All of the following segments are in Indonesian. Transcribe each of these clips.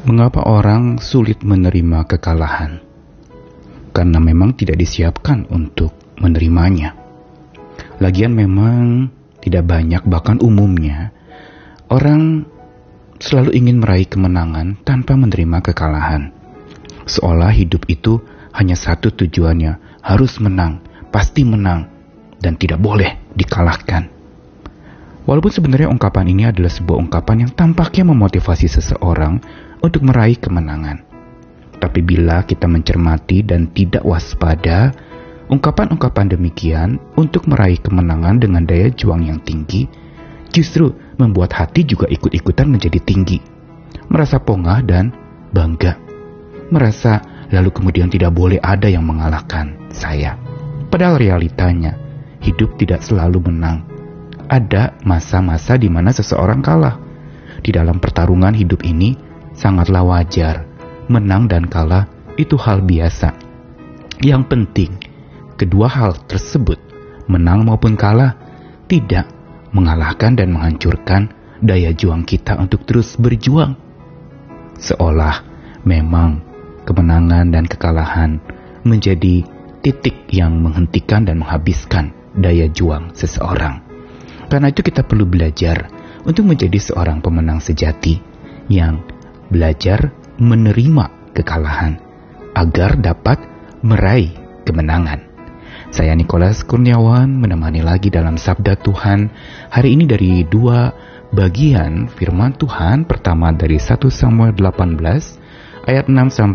Mengapa orang sulit menerima kekalahan? Karena memang tidak disiapkan untuk menerimanya. Lagian memang tidak banyak, bahkan umumnya, orang selalu ingin meraih kemenangan tanpa menerima kekalahan. Seolah hidup itu hanya satu tujuannya, harus menang, pasti menang, dan tidak boleh dikalahkan. Walaupun sebenarnya ungkapan ini adalah sebuah ungkapan yang tampaknya memotivasi seseorang untuk meraih kemenangan. Tapi bila kita mencermati dan tidak waspada, ungkapan-ungkapan demikian untuk meraih kemenangan dengan daya juang yang tinggi justru membuat hati juga ikut-ikutan menjadi tinggi. Merasa pongah dan bangga. Merasa lalu kemudian tidak boleh ada yang mengalahkan saya. Padahal realitanya, hidup tidak selalu menang. Ada masa-masa di mana seseorang kalah. Di dalam pertarungan hidup ini sangatlah wajar. Menang dan kalah itu hal biasa. Yang penting, kedua hal tersebut, menang maupun kalah, tidak mengalahkan dan menghancurkan daya juang kita untuk terus berjuang. Seolah memang kemenangan dan kekalahan menjadi titik yang menghentikan dan menghabiskan daya juang seseorang. Karena itu kita perlu belajar untuk menjadi seorang pemenang sejati yang belajar menerima kekalahan agar dapat meraih kemenangan. Saya Nikolas Kurniawan menemani lagi dalam Sabda Tuhan hari ini dari dua bagian firman Tuhan. Pertama dari 1 Samuel 18 ayat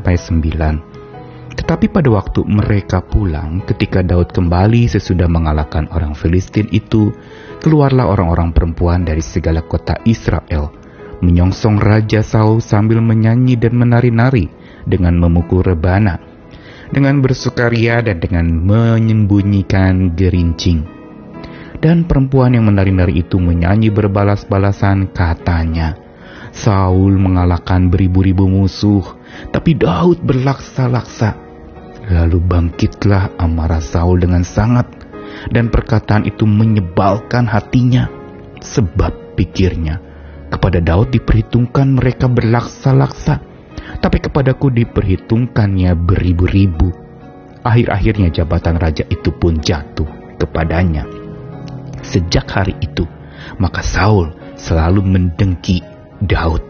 6-9. Tetapi pada waktu mereka pulang, ketika Daud kembali sesudah mengalahkan orang Filistin itu, keluarlah orang-orang perempuan dari segala kota Israel, menyongsong Raja Saul sambil menyanyi dan menari-nari dengan memukul rebana, dengan bersukaria dan dengan menyembunyikan gerincing. Dan perempuan yang menari-nari itu menyanyi berbalas-balasan, katanya, Saul mengalahkan beribu-ribu musuh, tapi Daud berlaksa-laksa. Lalu bangkitlah amarah Saul dengan sangat, dan perkataan itu menyebalkan hatinya, sebab pikirnya, kepada Daud diperhitungkan mereka berlaksa-laksa, tapi kepadaku diperhitungkannya beribu-ribu. Akhir-akhirnya jabatan raja itu pun jatuh kepadanya. Sejak hari itu, maka Saul selalu mendengki Daud.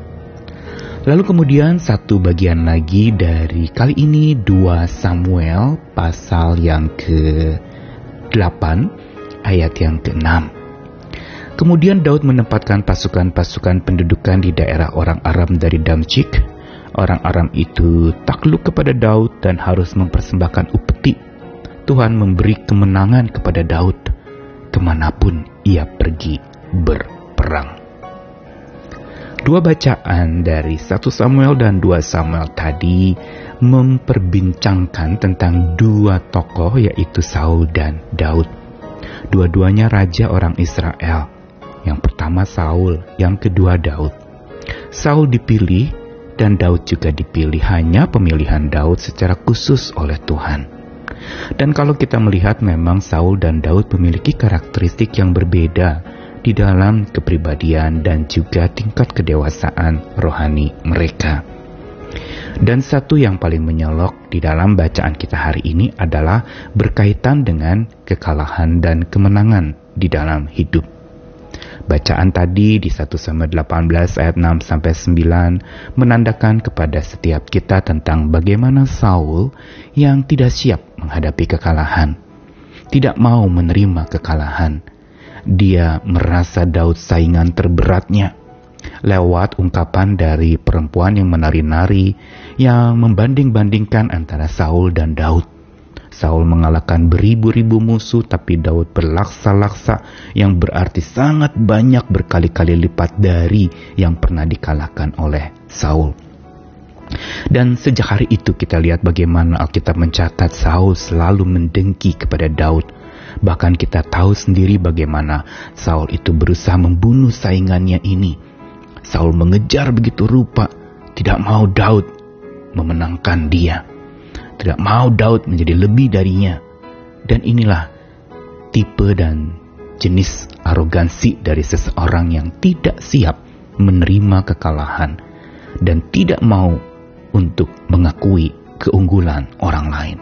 Lalu kemudian satu bagian lagi dari kali ini 2 Samuel pasal yang ke-8 ayat yang ke-6. Kemudian Daud menempatkan pasukan-pasukan pendudukan di daerah orang Aram dari Damsyik. Orang Aram itu takluk kepada Daud dan harus mempersembahkan upeti. Tuhan memberi kemenangan kepada Daud kemanapun ia pergi berperang. Dua bacaan dari 1 Samuel dan 2 Samuel tadi memperbincangkan tentang dua tokoh, yaitu Saul dan Daud. Dua-duanya raja orang Israel. Yang pertama Saul, yang kedua Daud. Saul dipilih dan Daud juga dipilih, hanya pemilihan Daud secara khusus oleh Tuhan. Dan kalau kita melihat, memang Saul dan Daud memiliki karakteristik yang berbeda di dalam kepribadian dan juga tingkat kedewasaan rohani mereka. Dan satu yang paling menyolok di dalam bacaan kita hari ini adalah berkaitan dengan kekalahan dan kemenangan di dalam hidup. Bacaan tadi di 1 Samuel 18 ayat 6-9 menandakan kepada setiap kita tentang bagaimana Saul yang tidak siap menghadapi kekalahan, tidak mau menerima kekalahan. Dia merasa Daud saingan terberatnya. Lewat ungkapan dari perempuan yang menari-nari yang membanding-bandingkan antara Saul dan Daud. Saul mengalahkan beribu-ribu musuh, tapi Daud berlaksa-laksa, yang berarti sangat banyak, berkali-kali lipat dari yang pernah dikalahkan oleh Saul. Dan sejak hari itu kita lihat bagaimana Alkitab mencatat Saul selalu mendengki kepada Daud. Bahkan kita tahu sendiri bagaimana Saul itu berusaha membunuh saingannya ini. Saul mengejar begitu rupa, tidak mau Daud memenangkan dia. Tidak mau Daud menjadi lebih darinya. Dan inilah tipe dan jenis arogansi dari seseorang yang tidak siap menerima kekalahan. dan tidak mau untuk mengakui keunggulan orang lain.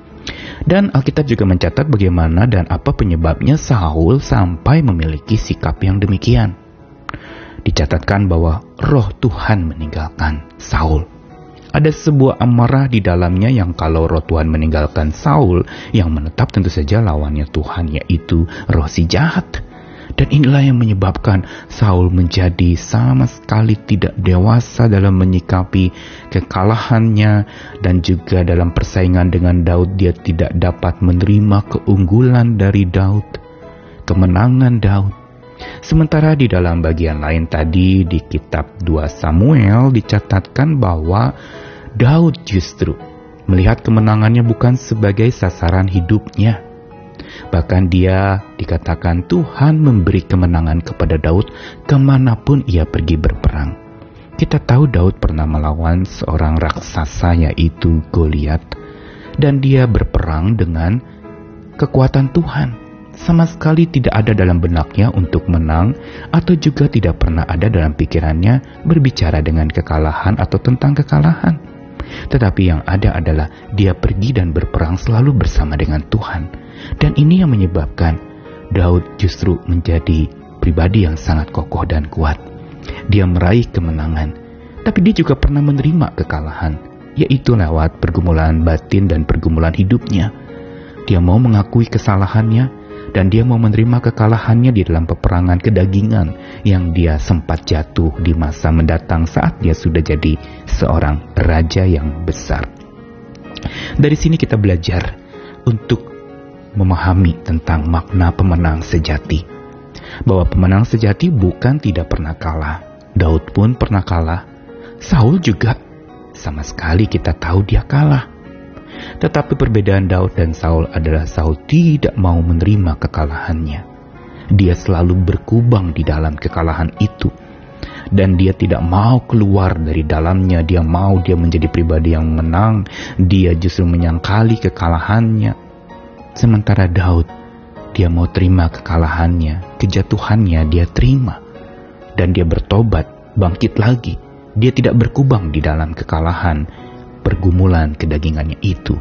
Dan Alkitab juga mencatat bagaimana dan apa penyebabnya Saul sampai memiliki sikap yang demikian. Dicatatkan bahwa roh Tuhan meninggalkan Saul. Ada sebuah amarah di dalamnya yang kalau roh Tuhan meninggalkan Saul, yang menetap tentu saja lawannya Tuhan, yaitu roh si jahat. Dan inilah yang menyebabkan Saul menjadi sama sekali tidak dewasa dalam menyikapi kekalahannya, dan juga dalam persaingan dengan Daud dia tidak dapat menerima keunggulan dari Daud, kemenangan Daud. Sementara di dalam bagian lain tadi di kitab 2 Samuel dicatatkan bahwa Daud justru melihat kemenangannya bukan sebagai sasaran hidupnya. Bahkan dia dikatakan Tuhan memberi kemenangan kepada Daud kemanapun ia pergi berperang. Kita tahu Daud pernah melawan seorang raksasa yaitu Goliat, dan dia berperang dengan kekuatan Tuhan. Sama sekali tidak ada dalam benaknya untuk menang, atau juga tidak pernah ada dalam pikirannya berbicara dengan kekalahan atau tentang kekalahan. Tetapi yang ada adalah dia pergi dan berperang selalu bersama dengan Tuhan. Dan ini yang menyebabkan Daud justru menjadi pribadi yang sangat kokoh dan kuat. Dia meraih kemenangan, tapi dia juga pernah menerima kekalahan, yaitu lewat pergumulan batin dan pergumulan hidupnya. Dia mau mengakui kesalahannya, dan dia mau menerima kekalahannya di dalam peperangan kedagingan yang dia sempat jatuh di masa mendatang saat dia sudah jadi seorang raja yang besar. Dari sini kita belajar untuk memahami tentang makna pemenang sejati. Bahwa pemenang sejati bukan tidak pernah kalah. Daud pun pernah kalah. Saul juga sama sekali kita tahu dia kalah. Tetapi perbedaan Daud dan Saul adalah Saul tidak mau menerima kekalahannya. Dia selalu berkubang di dalam kekalahan itu. Dan dia tidak mau keluar dari dalamnya. Dia menjadi pribadi yang menang. Dia justru menyangkali kekalahannya. Sementara Daud, dia mau terima kekalahannya, kejatuhannya dia terima. Dan dia bertobat, bangkit lagi. Dia tidak berkubang di dalam kekalahan, pergumulan kedagingannya itu.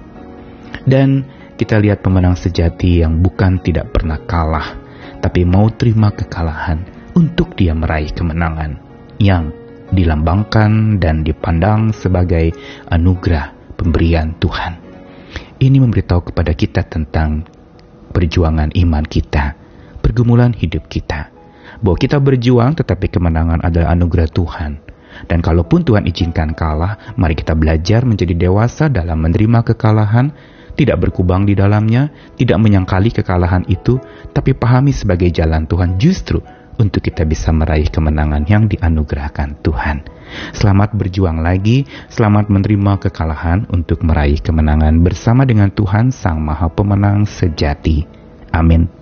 Dan kita lihat pemenang sejati yang bukan tidak pernah kalah, tapi mau terima kekalahan untuk dia meraih kemenangan yang dilambangkan dan dipandang sebagai anugerah pemberian Tuhan. Ini memberitahu kepada kita tentang perjuangan iman kita, pergumulan hidup kita. Bahwa kita berjuang tetapi kemenangan adalah anugerah Tuhan. Dan kalaupun Tuhan izinkan kalah, mari kita belajar menjadi dewasa dalam menerima kekalahan, tidak berkubang di dalamnya, tidak menyangkali kekalahan itu, tapi pahami sebagai jalan Tuhan justru untuk kita bisa meraih kemenangan yang dianugerahkan Tuhan. Selamat berjuang lagi, selamat menerima kekalahan untuk meraih kemenangan bersama dengan Tuhan Sang Maha Pemenang sejati. Amin.